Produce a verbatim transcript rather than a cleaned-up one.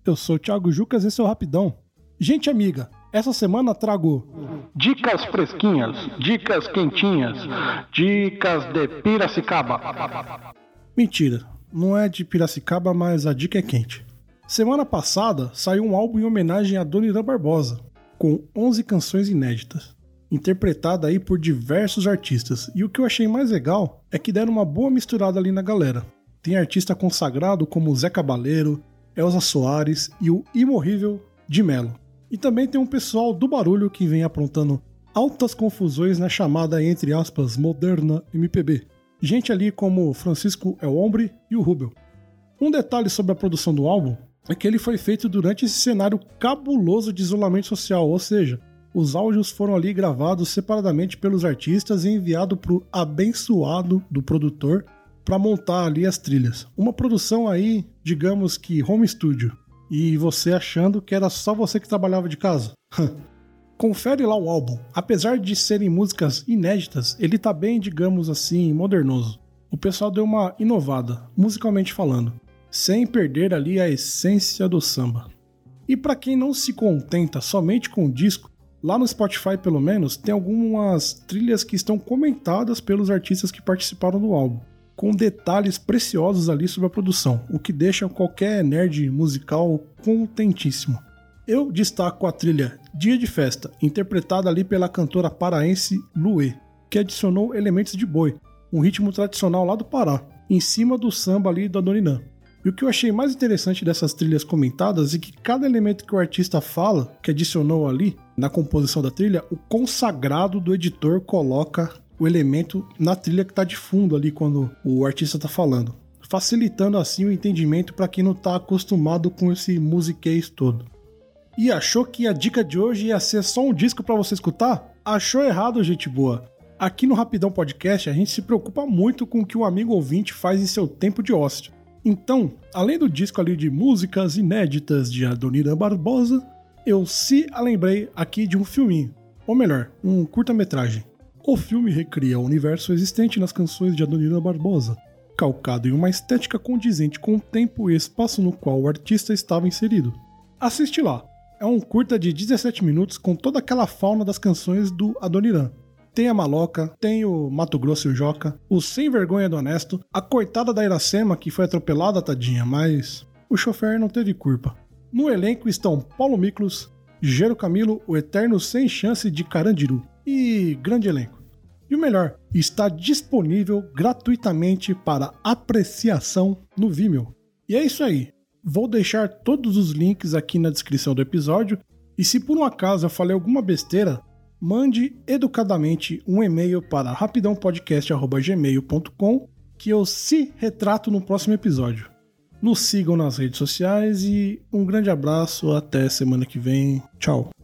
Eu sou o Thiago Jucas e esse é o Rapidão. Gente amiga, essa semana trago dicas fresquinhas, dicas quentinhas, dicas de Piracicaba. Mentira, não é de Piracicaba, mas a dica é quente. Semana passada saiu um álbum em homenagem a Dona Irã Barbosa, com onze canções inéditas, interpretada aí por diversos artistas. E o que eu achei mais legal é que deram uma boa misturada ali na galera. Tem artista consagrado como Zé Cabaleiro, Elza Soares e o imorrível Di Mello. E também tem um pessoal do barulho que vem aprontando altas confusões na chamada, entre aspas, moderna M P B. Gente ali como Francisco El Hombre e o Rubel. Um detalhe sobre a produção do álbum é que ele foi feito durante esse cenário cabuloso de isolamento social, ou seja, os áudios foram ali gravados separadamente pelos artistas e enviados para o abençoado do produtor para montar ali as trilhas. Uma produção aí, digamos que home studio. E você achando que era só você que trabalhava de casa. Confere lá o álbum. Apesar de serem músicas inéditas, ele tá bem, digamos assim, modernoso. O pessoal deu uma inovada, musicalmente falando, sem perder ali a essência do samba. E para quem não se contenta somente com o disco, lá no Spotify pelo menos, tem algumas trilhas que estão comentadas pelos artistas que participaram do álbum, com detalhes preciosos ali sobre a produção, o que deixa qualquer nerd musical contentíssimo. Eu destaco a trilha Dia de Festa, interpretada ali pela cantora paraense Luê, que adicionou elementos de boi, um ritmo tradicional lá do Pará, em cima do samba ali da Dona Irã. E o que eu achei mais interessante dessas trilhas comentadas é que cada elemento que o artista fala, que adicionou ali na composição da trilha, o consagrado do editor coloca o elemento na trilha que está de fundo ali quando o artista está falando, facilitando assim o entendimento para quem não está acostumado com esse musiquês todo. E achou que a dica de hoje ia ser só um disco para você escutar? Achou errado, gente boa. Aqui no Rapidão Podcast a gente se preocupa muito com o que o amigo ouvinte faz em seu tempo de ócio. Então, além do disco ali de músicas inéditas de Dona Irã Barbosa, eu se lembrei aqui de um filminho, ou melhor, um curta-metragem. O filme recria o universo existente nas canções de Dona Irã Barbosa, calcado em uma estética condizente com o tempo e espaço no qual o artista estava inserido. Assiste lá, é um curta de dezessete minutos com toda aquela fauna das canções do Adoniran. Tem a Maloca, tem o Mato Grosso e o Joca, o Sem Vergonha do Honesto, a coitada da Iracema que foi atropelada, tadinha, mas o chofer não teve culpa. No elenco estão Paulo Miklos, Gero Camilo, o eterno sem chance de Carandiru. E grande elenco. E o melhor, está disponível gratuitamente para apreciação no Vimeo. E é isso aí. Vou deixar todos os links aqui na descrição do episódio. E se por um acaso eu falei alguma besteira, mande educadamente um e-mail para rapidão podcast arroba gmail ponto com que eu se retrato no próximo episódio. Nos sigam nas redes sociais e um grande abraço. Até semana que vem. Tchau.